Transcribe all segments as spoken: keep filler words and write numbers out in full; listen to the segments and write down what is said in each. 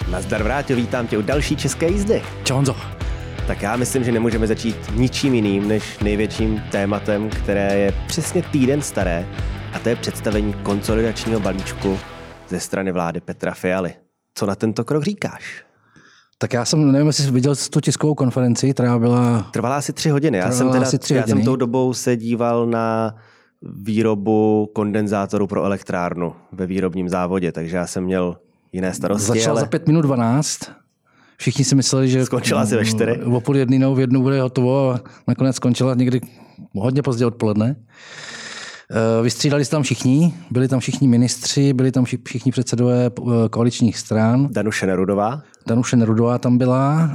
Nazdar Vráťo, vítám tě u další české jízdy. Čau Honzo. Tak já myslím, že nemůžeme začít ničím jiným než největším tématem, které je přesně týden staré, a to je představení konsolidačního balíčku ze strany vlády Petra Fialy. Co na tento krok říkáš? Tak já jsem, nevím, jestli jsi viděl tu tiskovou konferenci, která byla... Trvala asi tři hodiny. Já jsem, teda, tři já hodiny. jsem tou dobou se díval na výrobu kondenzátoru pro elektrárnu ve výrobním závodě, takže já jsem měl jiné starosti. Začal ale... za pět minut dvanáct. Všichni si mysleli, že skončila asi ve čtyři. O půl jednou v jednu bude hotovo a nakonec skončila někdy hodně pozdě odpoledne. Vystřídali se tam všichni, byli tam všichni ministři, byli tam všichni předsedové koaličních stran. Danuše Nerudová. Danuše Nerudová tam byla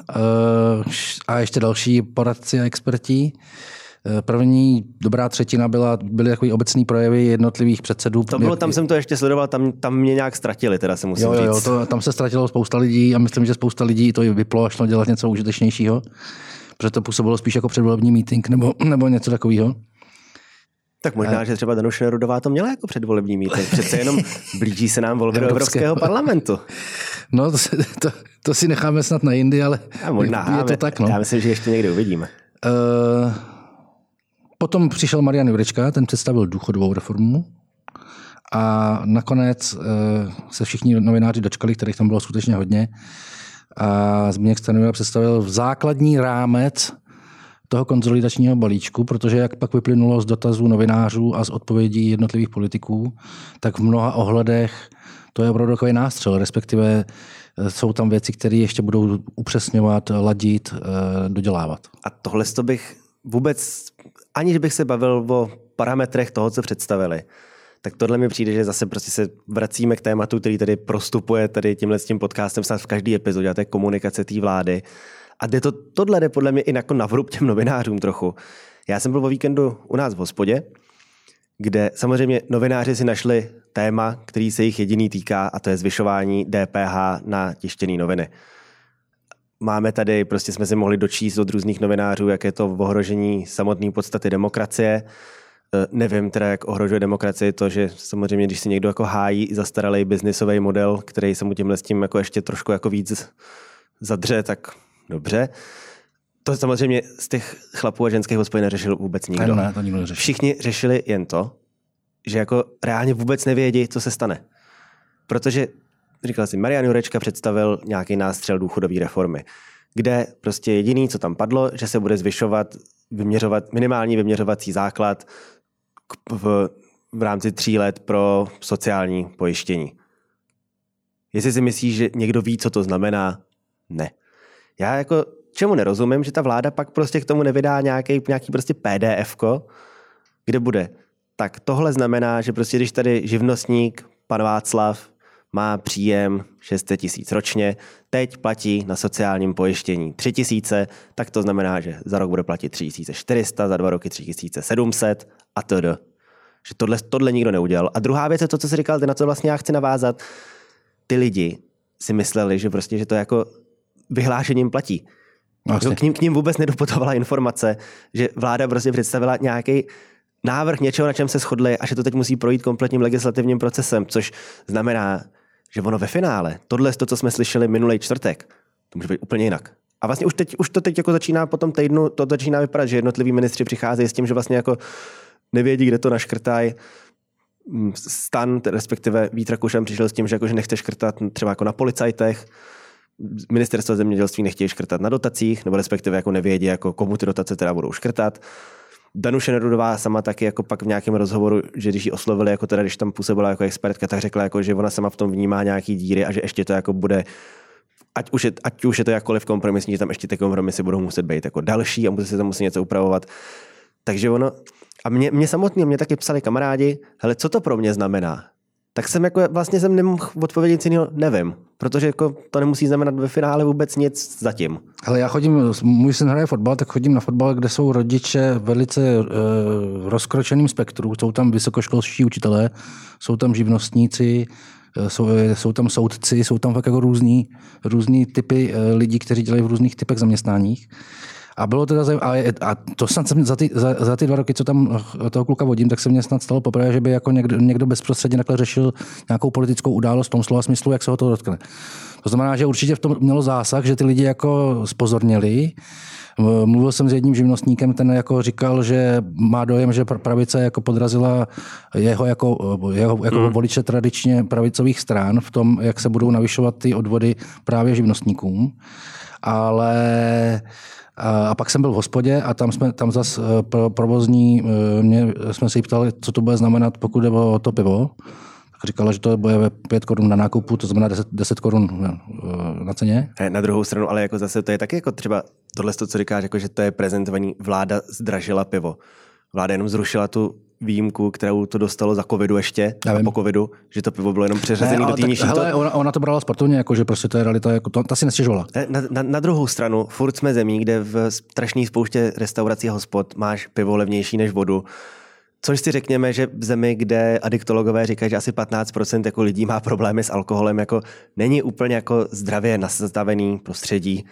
a ještě další poradci a experti. První dobrá třetina byla, byly takový obecný projevy jednotlivých předsedů. To bylo, tam jsem to ještě sledoval, tam, tam mě nějak ztratili, teda se musím jo, jo, říct. To, tam se ztratilo spousta lidí a myslím, že spousta lidí to vyplo a šlo dělat něco užitečnějšího, protože to působilo spíš jako předvolební meeting nebo, nebo něco takového. Tak možná, že třeba Danuše Nerudová to měla jako předvolební meeting. Přece jenom blíží se nám volby do Evropského parlamentu. No, to, to, to si necháme snad na jindy, ale a možná, je to tak. No. Já myslím, že ještě někdy uvidíme. Uh, potom přišel Marian Jurečka, ten představil důchodovou reformu a nakonec uh, se všichni novináři dočkali, kterých tam bylo skutečně hodně, a Zbyněk Stanjura představil základní rámec toho konsolidačního balíčku, protože jak pak vyplynulo z dotazů novinářů a z odpovědí jednotlivých politiků, tak v mnoha ohledech to je opravdu takový nástřel, respektive jsou tam věci, které ještě budou upřesňovat, ladit, dodělávat. A tohle to bych vůbec, aniž bych se bavil o parametrech toho, co představili, tak tohle mi přijde, že zase prostě se vracíme k tématu, který tady prostupuje tady tímhle s tím podcastem snad v každé epizodě, a to je komunikace té vlády. A jde to, tohle jde podle mě i jako na vrub těm novinářům trochu. Já jsem byl o víkendu u nás v hospodě, kde samozřejmě novináři si našli téma, který se jich jediný týká, a to je zvyšování D P H na tištěné noviny. Máme tady, prostě jsme si mohli dočíst od různých novinářů, jak je to v ohrožení samotné podstaty demokracie. Nevím teda, jak ohrožuje demokracii to, že samozřejmě, když si někdo jako hájí zastaralý biznisový model, který se mu tímhle s tím jako ještě trošku jako víc zadře, tak dobře. To samozřejmě z těch chlapů a ženských hospody neřešil vůbec nikdo. Ne, to nikdo neřešil. Všichni řešili jen to, že jako reálně vůbec nevědí, co se stane. Protože, říkal si, Marian Jurečka představil nějaký nástřel důchodové reformy, kde prostě jediný, co tam padlo, že se bude zvyšovat, vyměřovat, minimální vyměřovací základ v, v rámci tří let pro sociální pojištění. Jestli si myslíš, že někdo ví, co to znamená, ne. Já jako čemu nerozumím, že ta vláda pak prostě k tomu nevydá nějaký, nějaký prostě P D F ko, kde bude. Tak tohle znamená, že prostě když tady živnostník, pan Václav, má příjem šest set tisíc ročně, teď platí na sociálním pojištění tři tisíce, tak to znamená, že za rok bude platit tři tisíce čtyři sta, za dva roky tři tisíce sedm set a td. Že tohle, tohle nikdo neudělal. A druhá věc je to, co jsi říkal, ty na co vlastně já chci navázat. Ty lidi si mysleli, že prostě, že to jako vyhlášením platí. K ním, k ním vůbec nedoputovala informace, že vláda prostě představila nějaký návrh něčeho, na čem se shodli, a že to teď musí projít kompletním legislativním procesem, což znamená, že ono ve finále, tohle je to, co jsme slyšeli minulý čtvrtek, to může být úplně jinak. A vlastně už, teď, už to teď jako začíná po tom týdnu, to začíná vypadat, že jednotliví ministři přicházejí s tím, že vlastně jako nevědí, kde to naškrtají. Stan, respektive Vít Rakušan přišel s tím, že, jako, že nechce škrtat třeba jako na policajtech. Ministerstvo zemědělství nechtějí škrtat na dotacích, nebo respektive jako nevědí, jako komu ty dotace teda budou škrtat. Danuše Nerudová sama taky jako pak v nějakém rozhovoru, že když ji oslovili, jako teda, když tam působila jako expertka, tak řekla, jako, že ona sama v tom vnímá nějaký díry a že ještě to jako bude, ať už je, ať už je to jakkoliv kompromisní, že tam ještě ty kompromisy budou muset být jako další a musí se tam muset něco upravovat. Takže ono, a mě, mě samotný, mě taky psali kamarádi, hele, co to pro mě znamená? Tak jsem jako, vlastně jsem nemohl odpovědět nic jiného, nevím. Protože jako to nemusí znamenat ve finále vůbec nic zatím. Ale já chodím, můj syn hraje fotbal, tak chodím na fotbal, kde jsou rodiče velice e, rozkročeným spektru. Jsou tam vysokoškolští učitelé, jsou tam živnostníci, jsou, jsou tam soudci, jsou tam fakt jako různý, různý typy lidí, kteří dělají v různých typech zaměstnáních. A bylo teda zajímavé, a to snad jsem za ty, za, za ty dva roky, co tam toho kluka vodím, tak se mně snad stalo poprvé, že by jako někdo, někdo bezprostředně takhle řešil nějakou politickou událost v tom slova smyslu, jak se ho to dotkne. To znamená, že určitě v tom mělo zásah, že ty lidi jako spozornili. Mluvil jsem s jedním živnostníkem, ten jako říkal, že má dojem, že pravice jako podrazila jeho jako, jeho jako hmm. voliče tradičně pravicových stran v tom, jak se budou navyšovat ty odvody právě živnostníkům. Ale a pak jsem byl v hospodě a tam jsme tam zas pro provozní, mě, jsme se jí ptali, co to bude znamenat, pokud jde o to pivo. Tak říkala, že to bude pět korun na nákupu, to znamená deset, deset korun na ceně. Na druhou stranu, ale jako zase to je taky jako třeba tohle, co říkáš, jako, že to je prezentovaný, vláda zdražila pivo. Vláda jenom zrušila tu výjimku, kterou to dostalo za covidu ještě, a po covidu, že to pivo bylo jenom přeřazený do té nižší. Ale ona, ona to brala sportovně, jako, že prostě to je realita, jako to, ta si nestěžovala. Na, na, na druhou stranu, furt jsme zemí, kde v strašné spoustě restaurací a hospod máš pivo levnější než vodu. Což si řekněme, že v zemi, kde adiktologové říkají, že asi patnáct procent jako lidí má problémy s alkoholem, jako není úplně jako zdravě nastavený prostředí.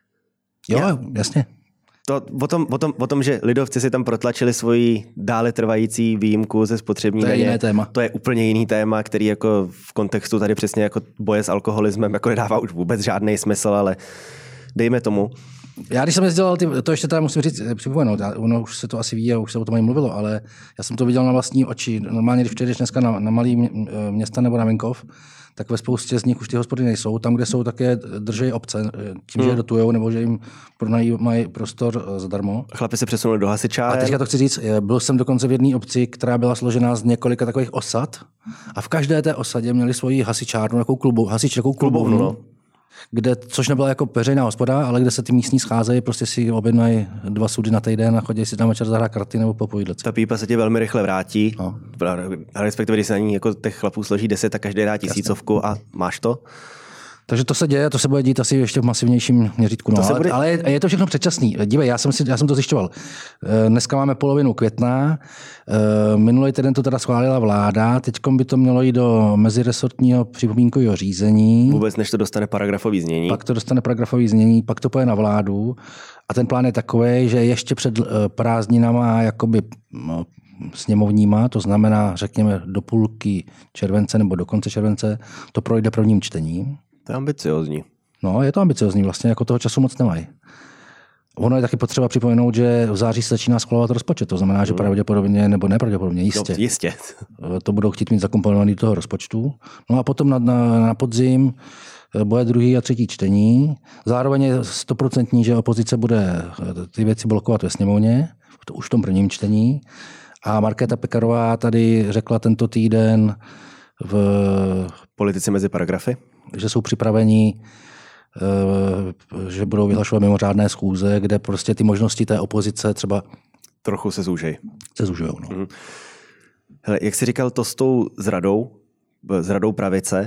Jo, Já, jasně. To, o, tom, o, tom, o tom, že lidovci si tam protlačili svoji dále trvající výjimku ze spotřební daně. To je jiné téma. To je úplně jiný téma, který jako v kontextu tady přesně jako boje s alkoholismem jako nedává už vůbec žádný smysl, ale dejme tomu. Já když jsem jezdil, to ještě teda musím říct, připomenout, ono už se to asi ví a už se o tom ani mluvilo, ale já jsem to viděl na vlastní oči. Normálně, když přijdeš dneska na, na malý města nebo na venkov, tak ve spoustě z nich už ty hospody nejsou. Tam, kde jsou, také drží obce, tím, že je dotujou nebo že jim mají prostor zadarmo. Chlapi se přesunuli do hasičáren. A teďka to chci říct, byl jsem dokonce v jedné obci, která byla složená z několika takových osad a v každé té osadě měli svoji hasičárnu, takovou klubu, hasič, takovou klubovnu. No. Kde, což nebyla jako veřejná hospoda, ale kde se ty místní scházejí, prostě si objednají dva sudy na týden a chodí si tam večer zahrát karty nebo popojídlet. Ta pípa se ti velmi rychle vrátí, no. A respektive, když se na ní jako těch chlapů složí deset, tak každý dá tisícovku a máš to. Takže to se děje, to se bude dít asi ještě v masivnějším měřítku. No, ale, bude... ale je, je to všechno předčasný. Dívej, já jsem, si, já jsem to zjišťoval. Dneska máme polovinu května, minulý týden to teda schválila vláda, teď by to mělo jít do meziresortního připomínkového řízení. Vůbec než to dostane paragrafový znění. Pak to dostane paragrafový znění, pak to půjde na vládu a ten plán je takový, že ještě před prázdninama jakoby no, sněmovníma, to znamená, řekněme, do půlky července nebo do konce července, to projde prvním čtením. To je ambiciozní. No, je to ambiciozní, vlastně jako toho času moc nemají. Ono je taky potřeba připomenout, že v září se začíná schvalovat rozpočet, to znamená, že pravděpodobně, nebo nepravděpodobně, jistě. No, jistě. To budou chtít mít zakomponovaný do toho rozpočtu. No a potom na, na, na podzim bude druhý a třetí čtení. Zároveň je stoprocentní, že opozice bude ty věci blokovat ve sněmovně, už v tom prvním čtení. A Markéta Pekarová tady řekla tento týden v Politici mezi paragrafy, že jsou připraveni, že budou vyhlašovat mimořádné schůze, kde prostě ty možnosti té opozice třeba trochu se zúžej. Se zúžujou, no. Mhm. Hele, jak jsi říkal to s tou zradou, zradou pravice,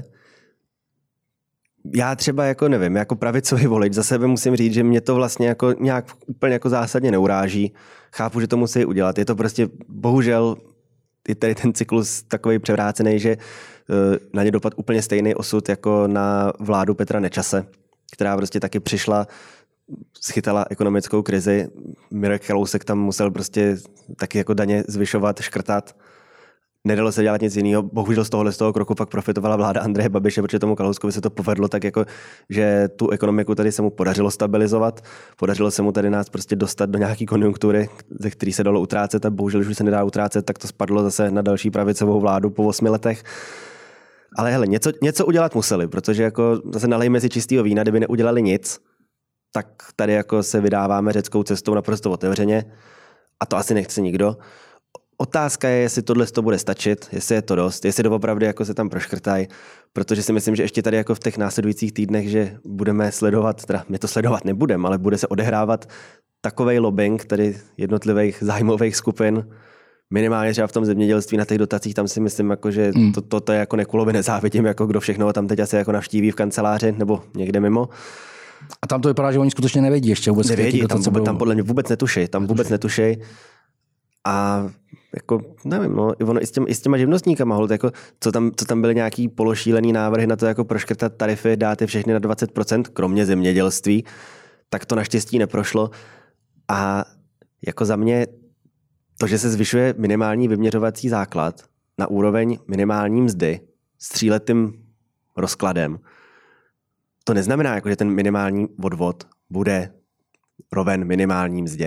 já třeba jako nevím, jako pravicový volič za sebe musím říct, že mě to vlastně jako nějak úplně jako zásadně neuráží. Chápu, že to musí udělat. Je to prostě bohužel je tady ten cyklus takový převrácený, že na ně dopad úplně stejný osud jako na vládu Petra Nečase, která prostě taky přišla, schytala ekonomickou krizi. Mirek Kalousek tam musel prostě taky jako daně zvyšovat, škrtat. Nedalo se dělat nic jiného. Bohužel z tohohle z toho kroku pak profitovala vláda Andreje Babiše, protože tomu Kalouskovi se to povedlo tak jako, že tu ekonomiku tady se mu podařilo stabilizovat. Podařilo se mu tady nás prostě dostat do nějaké konjunktury, ze který se dalo utrácet a bohužel, když se nedá utrácet, tak to spadlo zase na další pravicovou vládu po osmi letech. Ale hele, něco, něco udělat museli, protože jako zase nalejme si čistýho vína, kdyby neudělali nic, tak tady jako se vydáváme řeckou cestou naprosto otevřeně a to asi nechce nikdo. Otázka je, jestli tohle to bude stačit, jestli je to dost, jestli doopravdy jako se tam proškrtají, protože si myslím, že ještě tady jako v těch následujících týdnech, že budeme sledovat, teda my to sledovat nebudeme, ale bude se odehrávat takovej lobbying tady jednotlivých zájmových skupin, minimálně třeba v tom zemědělství na těch dotacích, tam si myslím, jako, že mm. to, to, to je jako nekulovi nezávidím, jako kdo všechno tam teď asi jako navštíví v kanceláři nebo někde mimo. A tam to vypadá, že oni skutečně nevědí ještě vůbec. Nevědí, tam, vůbec, tam podle mě vůbec netuší, tam vůbec netuší. A jako, nevím, no, ono i s, těm, i s těma živnostníkama, hold, jako, co, tam, co tam byly nějaký pološílený návrhy na to, jako proškrtat tarify, dát je všechny na dvacet procent, kromě zemědělství, tak to naštěstí neprošlo. A jako za mě to, že se zvyšuje minimální vyměřovací základ na úroveň minimální mzdy s tříletým rozkladem, to neznamená, jako, že ten minimální odvod bude roven minimální mzdě.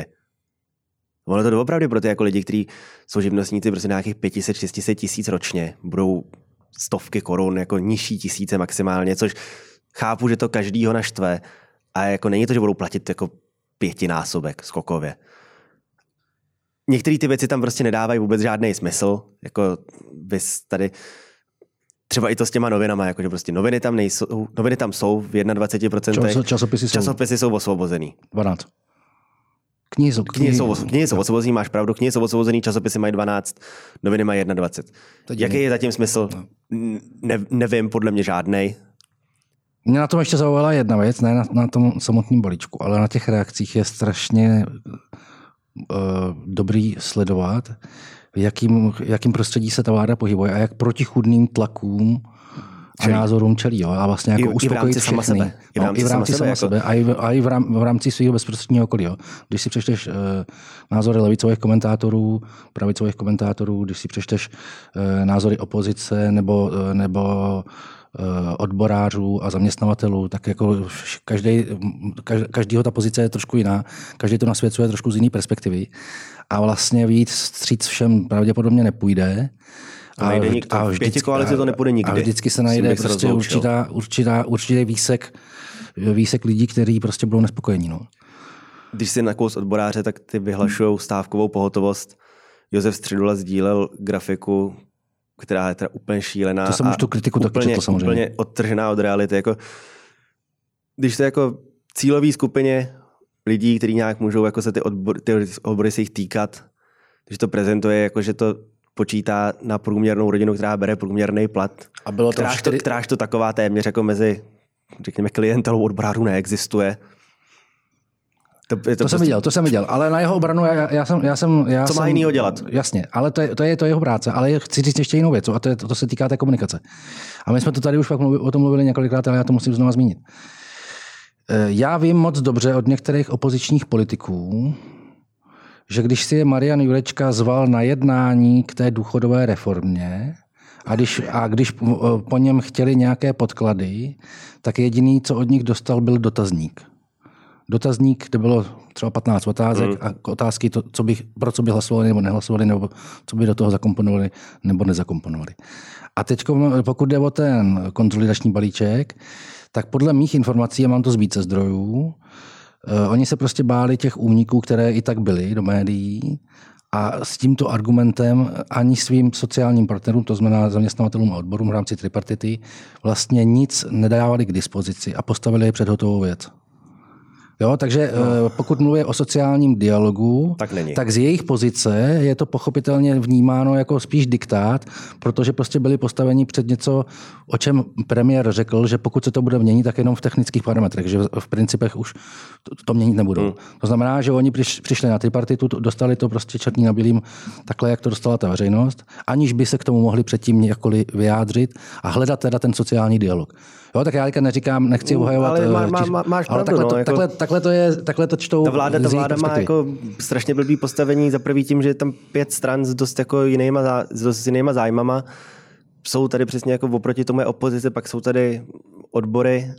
Ono to doopravdy pro ty jako lidi, kteří jsou živnostníci prostě nějakých pět set, šest set tisíc ročně, budou stovky korun, jako nižší tisíce maximálně, což chápu, že to každýho naštve. A jako není to, že budou platit jako pětinásobek skokově. Některé ty věci tam prostě nedávají vůbec žádný smysl. Jako vys tady třeba i to s těma novinama, jako že prostě noviny tam nejsou, noviny tam jsou v dvacet jedna procent. Čas, časopisy, časopisy jsou, jsou osvobozený. dvanáct. Knihy jsou, knihy, knihy, jsou, knihy jsou osvobozený, máš pravdu, knihy jsou osvobozený, časopisy mají dvanáct, noviny mají dvacet jedna. Jaký je zatím smysl? No. Ne, nevím, podle mě žádnej. Mě na tom ještě zaujala jedna věc, ne na, na tom samotném balíčku, ale na těch reakcích je strašně uh, dobrý sledovat, v jakým, jakým prostředí se ta vláda pohybuje a jak proti chudným tlakům a čelí. Názorům čelí. Jo? A vlastně jako I, uspokojit i všechny. Sebe. I v rámci, no, i v rámci sama sebe. Jako... A, i v, a i v, rám, v rámci svého bezprostředního okolí. Jo? Když si přečteš uh, názory levicových komentátorů, pravicových komentátorů, když si přečteš uh, názory opozice nebo, uh, nebo odborářů a zaměstnavatelů, tak jako každý, každýho ta pozice je trošku jiná, každý to nasvěcuje trošku z jiné perspektivy a vlastně víc vstříc všem pravděpodobně nepůjde. A, a, nik- a vždycky, pětikoalici to nepůjde nikdy. A vždycky se najde prostě určitá, určitá, určitý výsek, výsek lidí, kteří prostě budou nespokojení. No. Když si nakous odboráře, tak ty vyhlašujou stávkovou pohotovost. Josef Středula sdílel grafiku, která je teda úplně šílená. To jsem už tu kritiku taky četl samozřejmě. Úplně odtržená od reality. Jako, když to jako cílový skupině lidí, kteří nějak můžou jako se ty, odbor, ty odbory se jich týkat, když to prezentuje, jako, že to počítá na průměrnou rodinu, která bere průměrný plat. A bylo to kteráž, čtyři... to, kteráž to taková téměř jako mezi, řekněme, klientelou odborářů neexistuje. To, to, to prostě... jsem viděl, to jsem viděl, ale na jeho obranu já, já jsem... Já jsem já Co jsem, má jinýho dělat? Jasně, ale to je, to je to jeho práce, ale chci říct ještě jinou věc, a to, je, to, to se týká té komunikace. A my jsme to tady už fakt mluvi, o tom mluvili několikrát, ale já to musím znovu zmínit. Já vím moc dobře od některých opozičních politiků, že když si je Marian Jurečka zval na jednání k té důchodové reformě a když, a když po něm chtěli nějaké podklady, tak jediný, co od nich dostal, byl dotazník. Dotazník, kde bylo třeba patnáct otázek mm. a otázky, to, co bych, pro co by hlasovali nebo nehlasovali, nebo co by do toho zakomponovali nebo nezakomponovali. A teď, pokud jde o ten konsolidační balíček, tak podle mých informací, a mám to z více zdrojů, eh, oni se prostě báli těch úniků, které i tak byly do médií a s tímto argumentem ani svým sociálním partnerům, to znamená zaměstnavatelům a odborům v rámci tripartity, vlastně nic nedávali k dispozici a postavili je před hotovou věc. Jo, takže no. Pokud mluví o sociálním dialogu, tak, tak z jejich pozice je to pochopitelně vnímáno jako spíš diktát, protože prostě byli postaveni před něco, o čem premiér řekl, že pokud se to bude měnit, tak jenom v technických parametrech, že v principech už to, to měnit nebudou. Hmm. To znamená, že oni přišli na tripartitu, dostali to prostě černý na bílým takhle, jak to dostala ta veřejnost, aniž by se k tomu mohli předtím jakkoliv vyjádřit a hledat teda ten sociální dialog. Jo, tak já teďka neříkám, nechci obhajovat. Ale má, má, má, máš ale pravdu, takhle, to, no, jako, takhle, takhle, to je, takhle to čtou. Ta vláda, ta vláda má jako strašně blbý postavení za prvý tím, že je tam pět stran s dost jako jinýma, s dost jinýma zájmama. Jsou tady přesně jako oproti tomu je opozice, pak jsou tady odbory.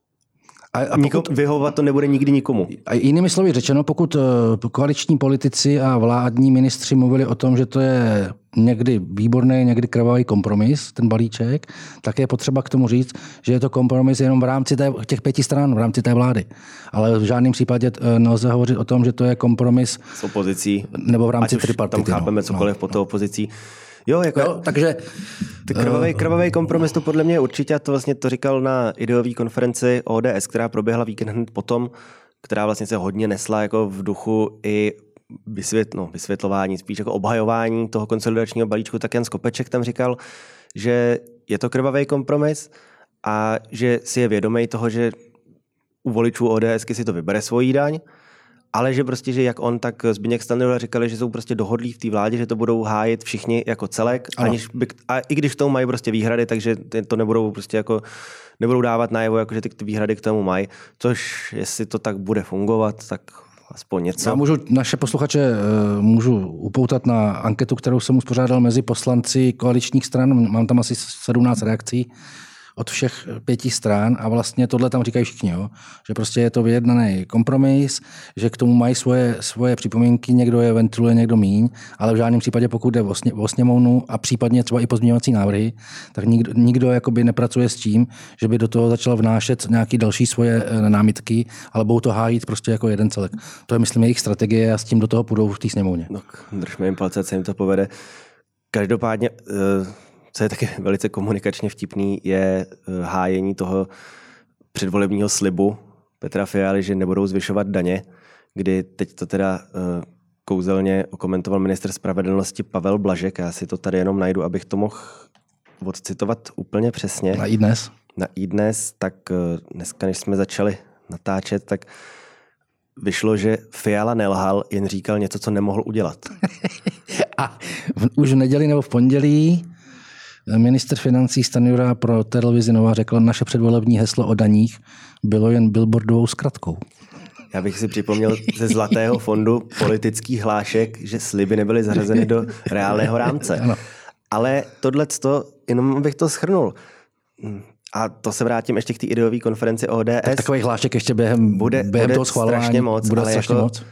A, a pokud, vyhovovat to nebude nikdy nikomu. A jinými slovy řečeno, pokud koaliční politici a vládní ministři mluvili o tom, že to je někdy výborný, někdy krvavý kompromis, ten balíček, tak je potřeba k tomu říct, že je to kompromis jenom v rámci té, těch pěti stran, v rámci té vlády. Ale v žádném případě nelze hovořit o tom, že to je kompromis s opozicí. Nebo v rámci tripartity. Tam chápeme cokoliv no, pod tou opozicí. Jo, jako jo, takže krvavý, krvavý kompromis to podle mě určitě, a to vlastně to říkal na ideové konferenci O D S, která proběhla víkend hned potom, která vlastně se hodně nesla jako v duchu i vysvět, no, vysvětlování, spíš jako obhajování toho konsolidačního balíčku, tak Jan Skopeček tam říkal, že je to krvavý kompromis a že si je vědomý toho, že u voličů ODSky si to vybere svoji daň, ale že prostě, že jak on, tak Zbyněk Stanjura říkali, že jsou prostě dohodlí v té vládě, že to budou hájit všichni jako celek, aniž by, a i když k tomu mají prostě výhrady, takže to nebudou prostě jako nebudou dávat najevo, jako že ty výhrady k tomu mají, což jestli to tak bude fungovat, tak aspoň něco. Já můžu naše posluchače můžu upoutat na anketu, kterou jsem uspořádal mezi poslanci koaličních stran, mám tam asi sedmnáct reakcí od všech pěti stran a vlastně tohle tam říkají všichni, jo? Že prostě je to vyjednaný kompromis, že k tomu mají svoje, svoje připomínky, někdo je ventiluje, někdo míň, ale v žádném případě, pokud jde o, sně, o sněmovnu a případně třeba i pozměňovací návrhy, tak nikdo, nikdo jakoby nepracuje s tím, že by do toho začal vnášet nějaké další svoje námitky, ale budou to hájit prostě jako jeden celek. To je, myslím, jejich strategie a s tím do toho půjdou v té sněmovně. No, držme jim palce, co jim to povede. Každopádně, co je taky velice komunikačně vtipný, je hájení toho předvolebního slibu Petra Fialy, že nebudou zvyšovat daně, kdy teď to teda kouzelně okomentoval ministr spravedlnosti Pavel Blažek. Já si to tady jenom najdu, abych to mohl odcitovat úplně přesně. Na iDnes. Na iDnes, tak dneska, než jsme začali natáčet, tak vyšlo, že Fiala nelhal, jen říkal něco, co nemohl udělat. A v, už v neděli nebo v pondělí ministr financí Stanjura pro televizi Nova řekl, naše předvolební heslo o daních bylo jen billboardovou zkratkou. Já bych si připomněl ze Zlatého fondu politických hlášek, že sliby nebyly zařazeny do reálného rámce. Ano. Ale tohleto, jenom bych to shrnul. A to se vrátím ještě k té ideové konferenci O D S. Tak takových hlášek ještě během, bude, během bude toho schvalování moc, bude ale strašně jako moc.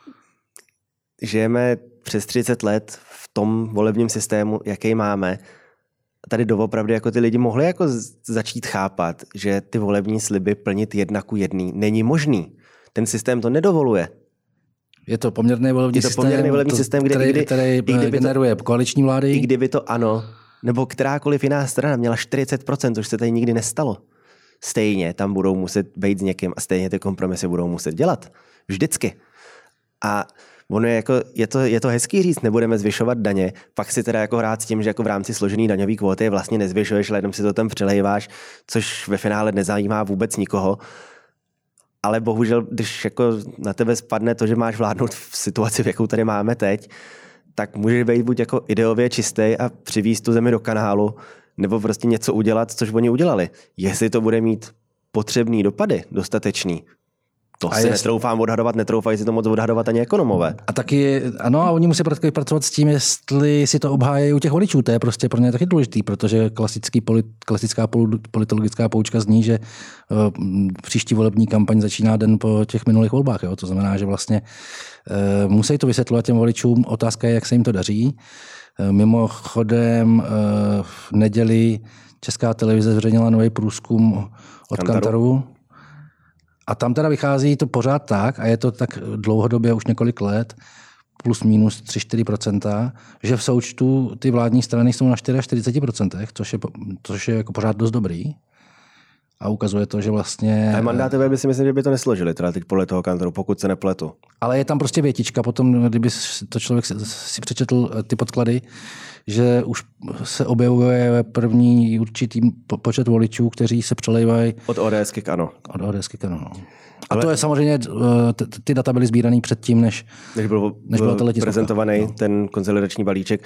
Žijeme přes třicet let v tom volebním systému, jaký máme. Tady doopravdy jako ty lidi mohli jako začít chápat, že ty volební sliby plnit jedna ku jedný není možný. Ten systém to nedovoluje. Je to poměrný volební je to systém, poměrný volební to, systém kde který, kdy, který kdyby generuje to, koaliční vlády. I kdyby to ano, nebo kterákoliv jiná strana měla čtyřicet procent, což se tady nikdy nestalo. Stejně tam budou muset být s někým a stejně ty kompromisy budou muset dělat. Vždycky. A ono je, jako, je, to, je to hezký říct, nebudeme zvyšovat daně, pak si teda jako hrát s tím, že jako v rámci složený daňový kvóty vlastně nezvyšuješ, ale jenom si to tam přelejváš, což ve finále nezajímá vůbec nikoho. Ale bohužel, když jako na tebe spadne to, že máš vládnout v situaci, v jakou tady máme teď, tak můžeš být buď jako ideově čistý a přivízt tu zemi do kanálu, nebo prostě něco udělat, což oni udělali. Jestli to bude mít potřebný dopady, dostatečný, to a si jest... netroufám odhadovat, netroufají si to moc odhadovat ani ekonomové. A taky, ano, a oni musí pracovat s tím, jestli si to obhájí u těch voličů. To je prostě pro ně taky důležitý, protože klasický polit, klasická politologická poučka zní, že uh, příští volební kampaň začíná den po těch minulých volbách. Jo? To znamená, že vlastně uh, musí to vysvětlovat těm voličům. Otázka je, jak se jim to daří. Uh, mimochodem uh, v neděli Česká televize zveřejnila nový průzkum od Kantaru. Kantaru. A tam teda vychází to pořád tak, a je to tak dlouhodobě už několik let, plus minus tři až čtyři procenta, že v součtu ty vládní strany jsou na čtyřicet čtyři procent, což je, což je jako pořád dost dobrý. A ukazuje to, že vlastně... A mandátové by si myslím, že by to nesložili, teda teď podle toho Kantaru, pokud se nepletu. Ale je tam prostě větička, potom, kdyby to člověk si přečetl ty podklady, že už se objevuje první určitý počet voličů, kteří se přelejvají... Od ODSky k ANO. Od ODSky k ANO, no. A ale... to je samozřejmě, ty data byly sbíraný předtím, než, než byl, než byl byl prezentovaný no. ten konsolidační balíček.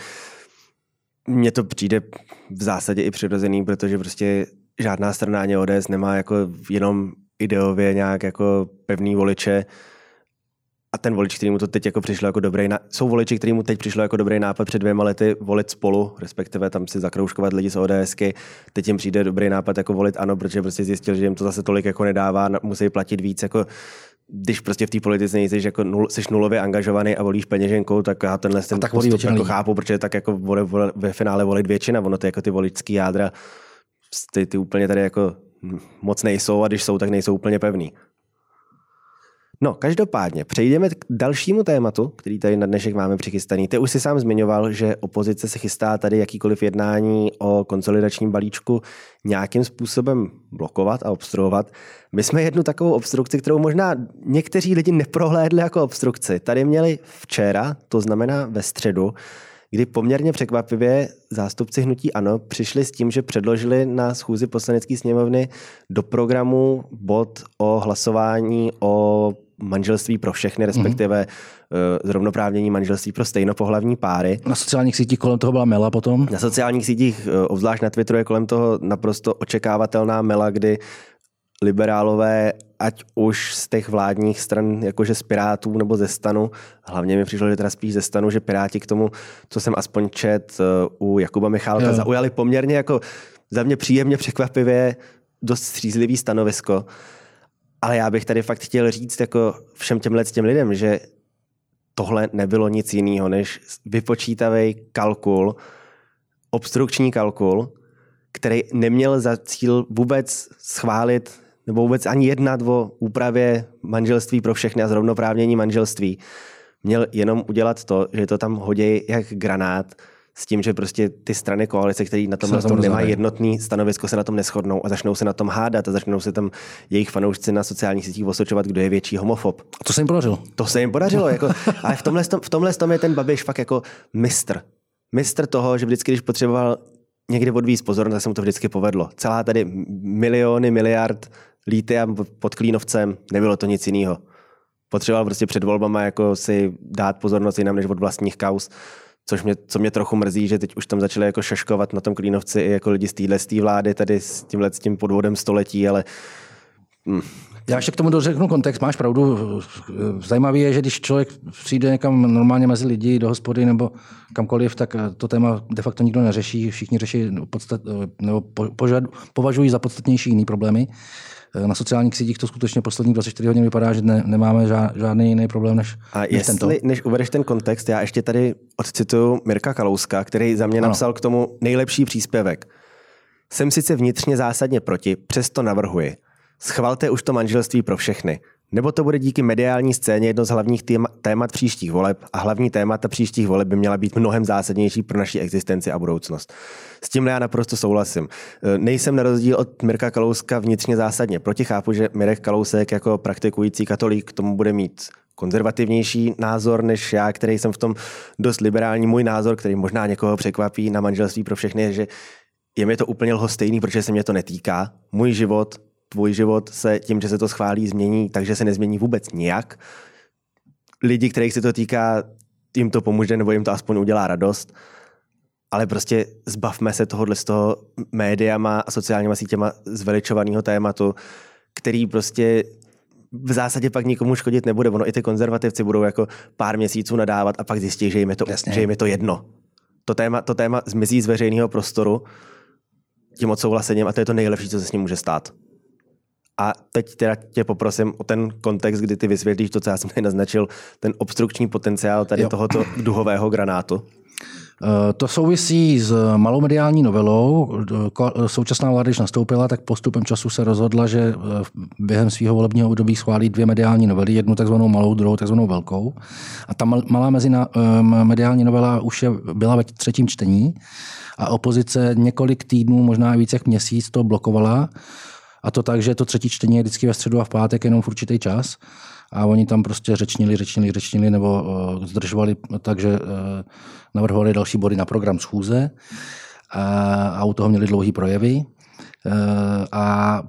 Mně to přijde v zásadě i přirozený, protože prostě žádná strana ani O D S nemá jako jenom ideově nějak jako pevný voliče. A ten volič, kterýmu to teď jako přišlo jako dobrý nápad, jsou voliči, kterýmu teď přišlo jako dobrý nápad před dvěma lety volit Spolu, respektive tam si zakroužkovat lidi z ODSky. Teď jim přijde dobrý nápad jako volit ANO, protože prostě zjistil, že jim to zase tolik jako nedává, musí platit víc, jako když prostě v té politice nejsi jako nul, jsi nulově angažovaný a volíš peněženkou, tak já tenhle ten tak postup jako chápu, protože tak jako vole, vole, ve finále volit většina, ono to jako ty voličský jádra ty, ty úplně tady jako moc nejsou a když jsou, tak nejsou úplně pevný. No, každopádně, přejdeme k dalšímu tématu, který tady na dnešek máme přichystaný. Ty už si sám zmiňoval, že opozice se chystá tady jakýkoliv jednání o konsolidačním balíčku nějakým způsobem blokovat a obstruovat. My jsme jednu takovou obstrukci, kterou možná někteří lidi neprohlédli jako obstrukci. Tady měli včera, to znamená ve středu, kdy poměrně překvapivě zástupci hnutí ANO přišli s tím, že předložili na schůzi poslanecké sněmovny do programu bod o hlasování o manželství pro všechny, respektive mm-hmm. zrovnoprávnění manželství pro stejnopohlavní páry. Na sociálních sítích kolem toho byla mela potom? Na sociálních sítích, obzvlášť na Twitteru, je kolem toho naprosto očekávatelná mela, kdy liberálové, ať už z těch vládních stran, jakože z Pirátů nebo ze Stanu, hlavně mi přišlo, že teda spíš ze Stanu, že Piráti k tomu, co jsem aspoň čet u Jakuba Michálka, jo. zaujali poměrně jako za mě příjemně překvapivě dost střízlivý stanovisko, ale já bych tady fakt chtěl říct jako všem těmhle těm lidem, že tohle nebylo nic jiného než vypočítavý kalkul, obstrukční kalkul, který neměl za cíl vůbec schválit nebo vůbec ani jednat o úpravě manželství pro všechny a zrovnoprávnění manželství. Měl jenom udělat to, že to tam hodí jak granát s tím, že prostě ty strany koalice, které na tom, na tom nemají jednotný stanovisko, se na tom neshodnou a začnou se na tom hádat a začnou se tam jejich fanoušci na sociálních sítích osočovat, kdo je větší homofob. A to se jim podařilo. To se jim podařilo. Jako, ale v tomhle, v tomhle tom je ten Babiš fakt jako mistr. Mistr toho, že vždycky, když potřeboval někde odvízt pozornost, tak se mu to vždycky povedlo. Celá tady miliony, miliard lítia pod Klínovcem, nebylo to nic jiného. Potřeboval prostě před volbama jako si dát pozornost jinam než od vlastních kauz, což mě, co mě trochu mrzí, že teď už tam začali jako šaškovat na tom Klínovci i jako lidi z téhle z té vlády tady s tímhle s tím podvodem století, ale... Hm. Já ještě k tomu dořeknu kontext, máš pravdu. Zajímavé je, že když člověk přijde někam normálně mezi lidi, do hospody nebo kamkoliv, tak to téma de facto nikdo neřeší. Všichni řeší podstat, nebo požad, považují za podstatnější jiný problémy. Na sociálních sítích to skutečně posledních dvacet čtyři hodin vypadá, že ne, nemáme žádný jiný problém než, a než jestli, tento. Než uvedeš ten kontext, já ještě tady odcituju Mirka Kalouska, který za mě napsal ano. k tomu nejlepší příspěvek. Jsem sice vnitřně zásadně proti, přesto navrhuji. Schvalte už to manželství pro všechny. Nebo to bude díky mediální scéně jedno z hlavních témat příštích voleb a hlavní témata příštích voleb by měla být mnohem zásadnější pro naši existenci a budoucnost. S tímhle já naprosto souhlasím. Nejsem na rozdíl od Mirka Kalouska vnitřně zásadně proti, chápu, že Mirek Kalousek jako praktikující katolík k tomu bude mít konzervativnější názor než já, který jsem v tom dost liberální. Můj názor, který možná někoho překvapí na manželství pro všechny, je, že je mi to úplně lhostejný, protože se mě to netýká. Můj život, tvůj život se tím, že se to schválí, změní, takže se nezmění vůbec nijak. Lidi, kterých se to týká, jim to pomůže nebo jim to aspoň udělá radost. Ale prostě zbavme se tohohle z toho médiama a sociálníma sítěma zveličovaného tématu, který prostě v zásadě pak nikomu škodit nebude. Ono i ty konzervativci budou jako pár měsíců nadávat a pak zjistí, že jim je to, že jim je to jedno. To téma, to téma zmizí z veřejného prostoru tím odsouhlasením a to je to nejlepší, co se s ním může stát. A teď teda tě poprosím o ten kontext, kdy ty vysvětlíš to, co já jsem tady naznačil, ten obstrukční potenciál tady jo. tohoto duhového granátu. To souvisí s malou mediální novelou. Současná vláda, když nastoupila, tak postupem času se rozhodla, že během svého volebního období schválí dvě mediální novely, jednu takzvanou malou, druhou takzvanou velkou. A ta malá mezina, mediální novela už je, byla ve třetím čtení a opozice několik týdnů, možná víc jak měsíc to blokovala. A to tak, že to třetí čtení je vždycky ve středu a v pátek jenom v určitý čas. A oni tam prostě řečnili, řečnili, řečnili nebo uh, zdržovali, takže uh, navrhovali další body na program schůze a, a u toho měli dlouhý projevy. Uh, a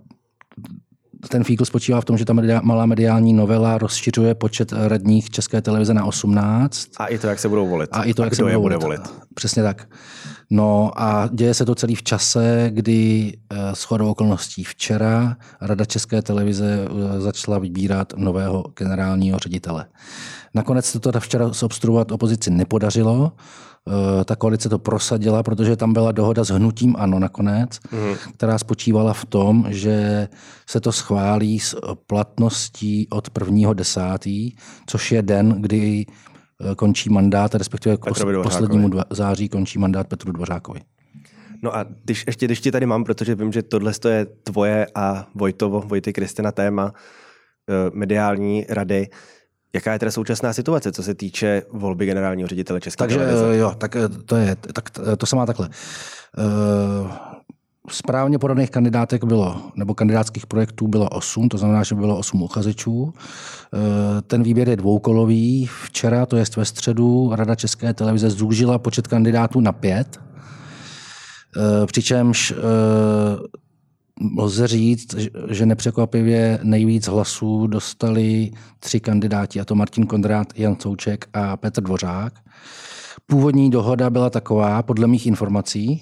ten fíkl spočívá v tom, že ta media, malá mediální novela rozšiřuje počet radních České televize na osmnáct. A i to, jak se budou volit. A i to, a jak se budou volit. volit. Přesně tak. No a děje se to celý v čase, kdy shodou okolností včera Rada České televize začala vybírat nového generálního ředitele. Nakonec se to včera zobstruovat opozici nepodařilo. Ta koalice to prosadila, protože tam byla dohoda s hnutím ANO nakonec, mm. která spočívala v tom, že se to schválí s platností od prvního desátého, což je den, kdy končí mandát, respektive k poslednímu září končí mandát Petru Dvořákovi. No a když, ještě když ti tady mám, protože vím, že tohle je tvoje a Vojtovo, Vojty Kristina téma mediální rady, jaká je teda současná situace, co se týče volby generálního ředitele České Takže, televize? Takže jo, tak to je, tak to se má takhle. Správně podaných kandidátek bylo, nebo kandidátských projektů bylo osm, to znamená, že bylo osm uchazečů. Ten výběr je dvoukolový. Včera, to jest ve středu, Rada České televize zúžila počet kandidátů na pět. Přičemž lze říct, že nepřekvapivě nejvíc hlasů dostali tři kandidáti, a to Martin Kondrát, Jan Souček a Petr Dvořák. Původní dohoda byla taková, podle mých informací,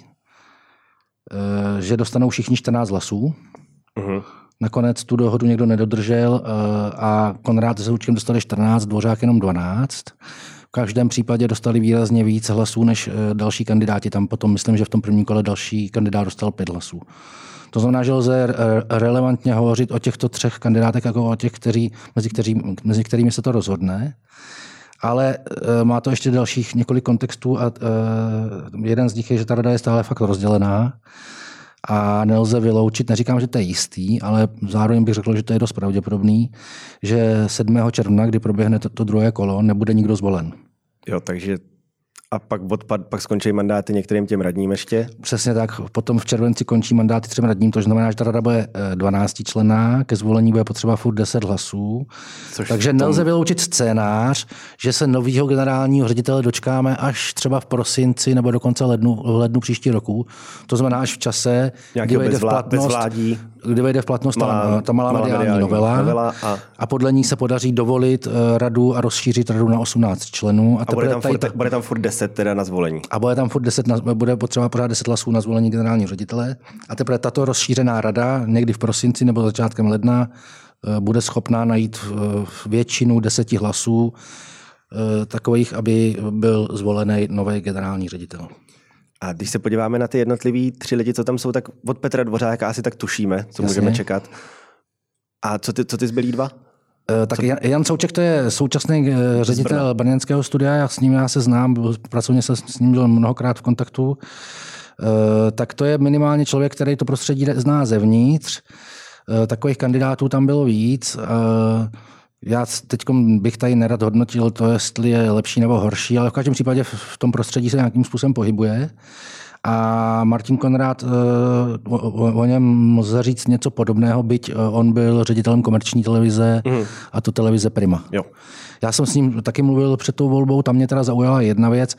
že dostanou všichni čtrnáct hlasů. Uh-huh. Nakonec tu dohodu někdo nedodržel a Konrád se Součkem dostali čtrnáct, Dvořák jenom dvanáct. V každém případě dostali výrazně víc hlasů než další kandidáti. Tam potom myslím, že v tom prvním kole další kandidát dostal pět hlasů. To znamená, že lze relevantně hovořit o těchto třech kandidátech jako o těch, kteří, mezi, kteří, mezi kterými se to rozhodne. Ale má to ještě dalších několik kontextů a jeden z nich je, že ta rada je stále fakt rozdělená a nelze vyloučit, neříkám, že to je jistý, ale zároveň bych řekl, že to je dost pravděpodobný, že sedmého června, kdy proběhne to, to druhé kolo, nebude nikdo zvolen. Jo, takže a pak odpad, pak skončí mandáty některým těm radním ještě? Přesně tak. Potom v červenci končí mandáty třem radním, to znamená, že ta rada bude dvanáctičlenná, ke zvolení bude potřeba furt deset hlasů. Což Takže tom... nelze vyloučit scénář, že se nového generálního ředitele dočkáme až třeba v prosinci nebo dokonce lednu, v lednu příští roku. To znamená až v čase, kdy vejde v platnost, kdy vejde v platnost malá, ta, ta malá, malá mediální, mediální novela, novela a... a podle ní se podaří dovolit radu a rozšířit radu na osmnáct členů. A, a bude, tam furt, ta... bude tam furt deset teda na zvolení. A bude tam furt deset, bude potřeba pořád deset hlasů na zvolení generálního ředitele. A teprve tato rozšířená rada někdy v prosinci nebo začátkem ledna bude schopná najít většinu deseti hlasů takových, aby byl zvolený nový generální ředitel. A když se podíváme na ty jednotlivý tři lidi, co tam jsou, tak od Petra Dvořáka asi tak tušíme, co Jasně. můžeme čekat. A co ty, co ty zbylí dva? Tak Jan Souček, to je současný ředitel brněnského studia, já s ním já se znám, pracovně se s ním byl mnohokrát v kontaktu. Tak to je minimálně člověk, který to prostředí zná zevnitř. Takových kandidátů tam bylo víc. Já teď bych tady nerad hodnotil to, jestli je lepší nebo horší, ale v každém případě v tom prostředí se nějakým způsobem pohybuje. A Martin Konrád, o, o něm lze říct něco podobného, byť on byl ředitelem komerční televize mm. a to televize Prima. Jo. Já jsem s ním taky mluvil před tou volbou, tam mě teda zaujala jedna věc,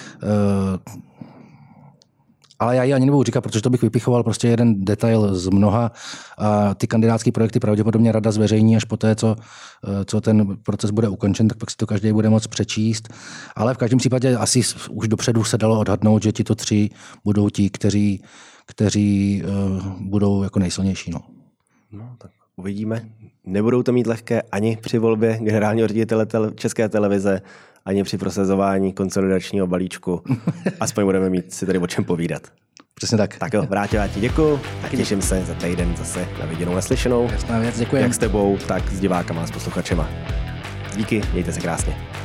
ale já ji ani nebudu říkat, protože to bych vypichoval prostě jeden detail z mnoha. A ty kandidátské projekty pravděpodobně rada zveřejní až poté, co, co ten proces bude ukončen, tak pak si to každý bude moct přečíst. Ale v každém případě asi už dopředu se dalo odhadnout, že tito tři budou ti, kteří, kteří uh, budou jako nejsilnější. No. No, tak uvidíme. Nebudou to mít lehké ani při volbě generálního ředitele tele, České televize, ani při prosazování konsolidačního balíčku. Aspoň budeme mít si tady o čem povídat. Přesně tak. Tak jo, Vráťo, já ti děkuju. Tak těším se za týden zase na viděnou, naslyšenou. Jasná věc, děkuji. Jak s tebou, tak s divákama a s posluchačema. Díky, mějte se krásně.